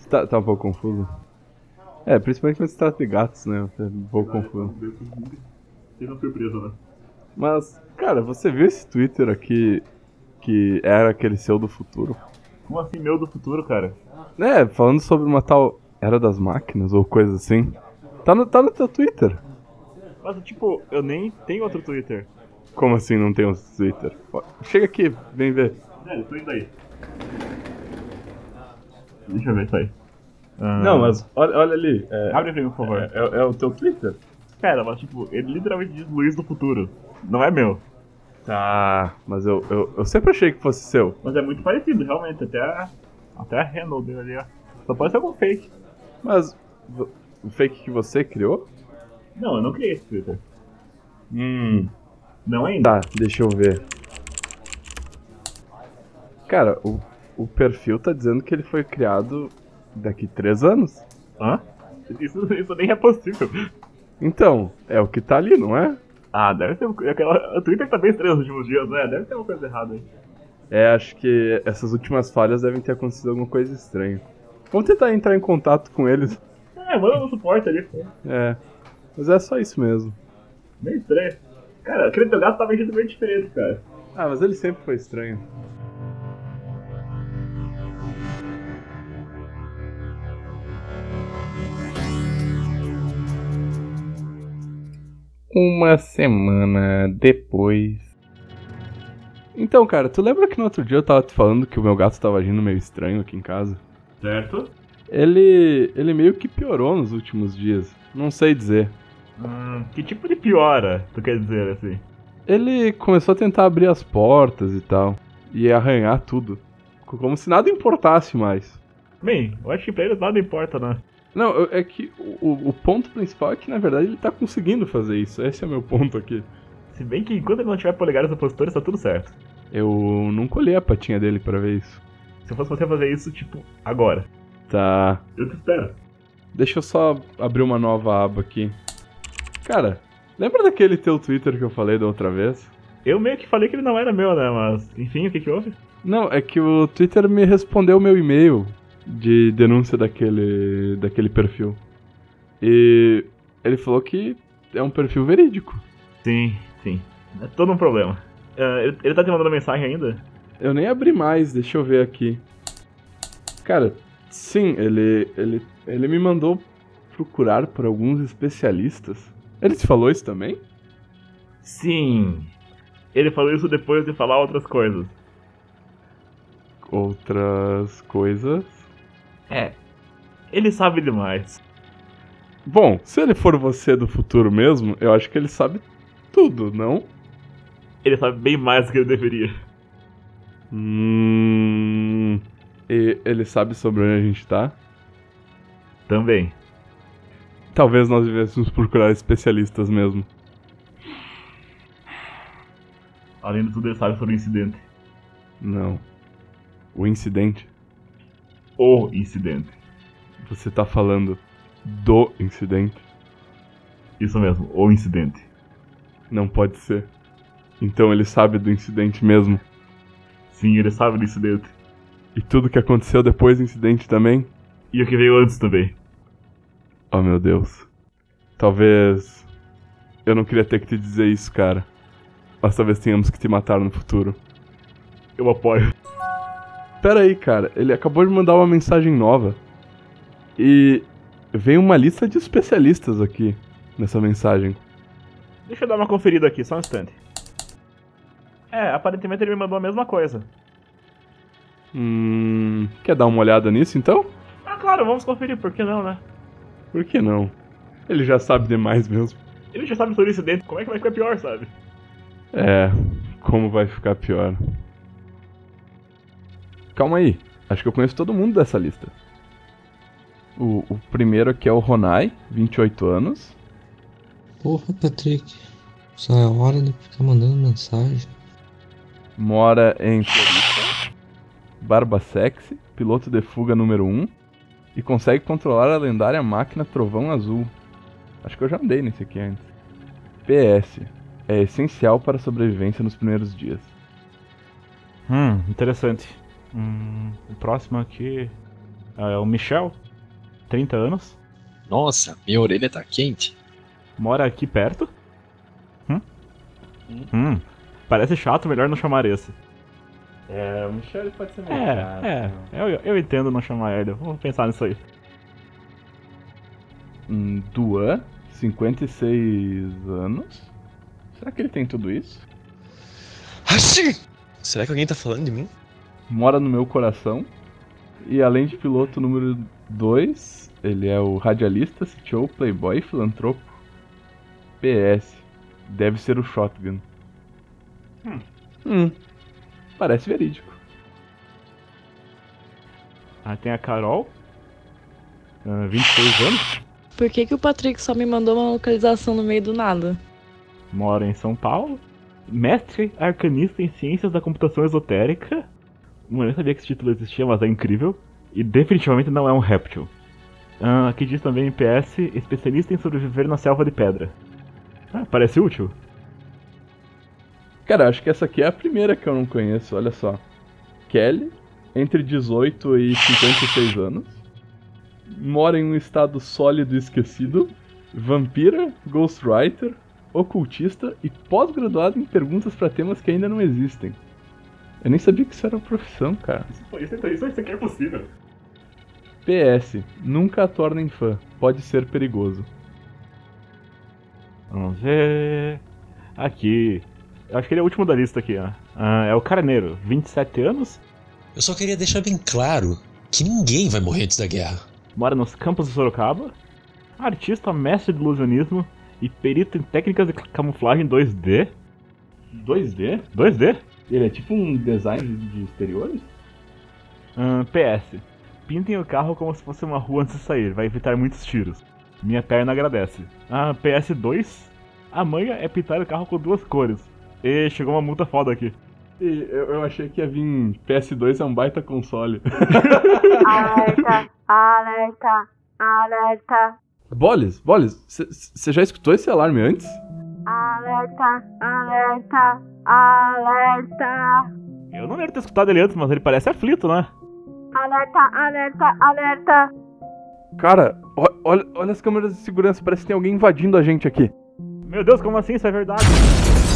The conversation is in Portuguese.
Tá um pouco confuso. Principalmente quando se trata de gatos, né? É um pouco confuso. Tem uma surpresa, né? Mas, cara, você viu esse Twitter aqui que era aquele seu do futuro? Como assim, meu do futuro, cara? Falando sobre uma tal Era das Máquinas ou coisa assim. Tá no teu Twitter. Mas, tipo, eu nem tenho outro Twitter. Como assim não tem um Twitter? Chega aqui, vem ver. Velho, tô indo aí. Deixa eu ver isso aí. Não, mas olha ali. Abre pra mim, por favor. É o teu Twitter? Cara, mas tipo, ele literalmente diz Luiz do futuro. Não é meu. Tá, mas eu sempre achei que fosse seu. Mas é muito parecido, realmente. Até a handle dele ali, ó. Só pode ser algum fake. Mas o fake que você criou? Não, eu não criei esse Twitter. Não ainda. Tá, deixa eu ver. Cara, o perfil tá dizendo que ele foi criado daqui 3 anos. Hã? Isso nem é possível. Então, é o que tá ali, não é? Ah, deve ser. O Twitter tá bem estranho nos últimos dias, né? Deve ter uma coisa errada aí. Acho que essas últimas falhas devem ter acontecido alguma coisa estranha. Vamos tentar entrar em contato com eles. Manda no suporte ali, pô. Mas é só isso mesmo. Meio estranho. Cara, aquele teu gato tá vestido bem diferente, cara. Mas ele sempre foi estranho. Uma semana depois. Então, cara, tu lembra que no outro dia eu tava te falando que o meu gato tava agindo meio estranho aqui em casa? Certo? Ele meio que piorou nos últimos dias. Não sei dizer. Que tipo de piora, tu quer dizer assim? Ele começou a tentar abrir as portas e tal. E arranhar tudo. Como se nada importasse mais. Bem, eu acho que pra eles nada importa, né? Não, é que o ponto principal é que, na verdade, ele tá conseguindo fazer isso. Esse é o meu ponto aqui. Se bem que enquanto ele não tiver polegares opositores, tá tudo certo. Eu não colhei a patinha dele pra ver isso. Se eu fosse você fazer isso, tipo, agora. Tá. Eu te espero. Deixa eu só abrir uma nova aba aqui. Cara, lembra daquele teu Twitter que eu falei da outra vez? Eu meio que falei que ele não era meu, né? Mas, enfim, o que que houve? Não, é que o Twitter me respondeu o meu e-mail de denúncia daquele perfil. E ele falou que é um perfil verídico. Sim. É todo um problema. Ele tá te mandando mensagem ainda? Eu nem abri mais, deixa eu ver aqui. Cara, sim, ele me mandou procurar por alguns especialistas. Ele te falou isso também? Sim. Ele falou isso depois de falar outras coisas. Outras coisas. Ele sabe demais. Bom, se ele for você do futuro mesmo, eu acho que ele sabe tudo, não? Ele sabe bem mais do que ele deveria. E ele sabe sobre onde a gente tá? Também. Talvez nós devêssemos procurar especialistas mesmo. Além de tudo, ele sabe sobre o incidente. Não. O incidente? O incidente. Você tá falando do incidente? Isso mesmo, o incidente. Não pode ser. Então ele sabe do incidente mesmo. Sim, ele sabe do incidente. E tudo que aconteceu depois do incidente também? E o que veio antes também. Oh, meu Deus. Talvez... Eu não queria ter que te dizer isso, cara. Mas talvez tenhamos que te matar no futuro. Eu apoio. Pera aí, cara. Ele acabou de mandar uma mensagem nova. E... vem uma lista de especialistas aqui. Nessa mensagem. Deixa eu dar uma conferida aqui, só um instante. Aparentemente ele me mandou a mesma coisa. Quer dar uma olhada nisso, então? Claro, vamos conferir, por que não, né? Por que não? Ele já sabe demais mesmo. Ele já sabe sobre o incidente, como é que vai ficar pior, sabe? Como vai ficar pior? Calma aí, acho que eu conheço todo mundo dessa lista. O primeiro aqui é o Ronai, 28 anos. Porra, Patrick. Só é hora de ficar mandando mensagem. Mora em Floripa. Barba sexy, piloto de fuga número 1. E consegue controlar a lendária máquina Trovão Azul. Acho que eu já andei nesse aqui antes. PS. É essencial para a sobrevivência nos primeiros dias. Interessante. O próximo aqui... É o Michel, 30 anos, Nossa, minha orelha tá quente. mora aqui perto. Parece chato, melhor não chamar esse. O Michel ele pode ser mais chato. Eu entendo não chamar ele, vamos pensar nisso aí. Duan, 56 anos. Será que ele tem tudo isso? Hashi! Será que alguém tá falando de mim? Mora no meu coração. E além de piloto número 2, ele é o radialista, CTO, playboy e filantropo. PS. Deve ser o Shotgun. Parece verídico. Aí tem a Carol, 26 anos, Por que o Patrick só me mandou uma localização no meio do nada? mora em São Paulo, mestre arcanista em ciências da computação esotérica. Eu nem sabia que esse título existia, mas é incrível. E definitivamente não é um réptil. Aqui diz também em PS, especialista em sobreviver na selva de pedra. Parece útil. Cara, acho que essa aqui é a primeira que eu não conheço, olha só. Kelly, entre 18 e 56 anos. Mora em um estado sólido e esquecido. Vampira, ghostwriter, ocultista e pós-graduado em perguntas pra temas que ainda não existem. Eu nem sabia que isso era uma profissão, cara. Isso aqui é possível. PS, nunca a tornem fã, pode ser perigoso. Vamos ver. Aqui. Eu acho que ele é o último da lista aqui, ó. É o Carneiro, 27 anos, Eu só queria deixar bem claro que ninguém vai morrer antes da guerra. mora nos campos de Sorocaba, artista, mestre de ilusionismo e perito em técnicas de camuflagem 2D. 2D? 2D? Ele é tipo um design de exteriores? PS. Pintem o carro como se fosse uma rua antes de sair, vai evitar muitos tiros. Minha perna agradece. PS2. A manha é pintar o carro com 2 cores. E chegou uma multa foda aqui. E eu achei que ia vir PS2 é um baita console. Alerta, alerta, alerta, Boles, você já escutou esse alarme antes? alerta, alerta, alerta, Eu não lembro ter escutado ele antes, mas ele parece aflito, né? alerta, alerta, alerta. Cara, olha as câmeras de segurança, parece que tem alguém invadindo a gente aqui. Meu Deus, como assim? Isso é verdade?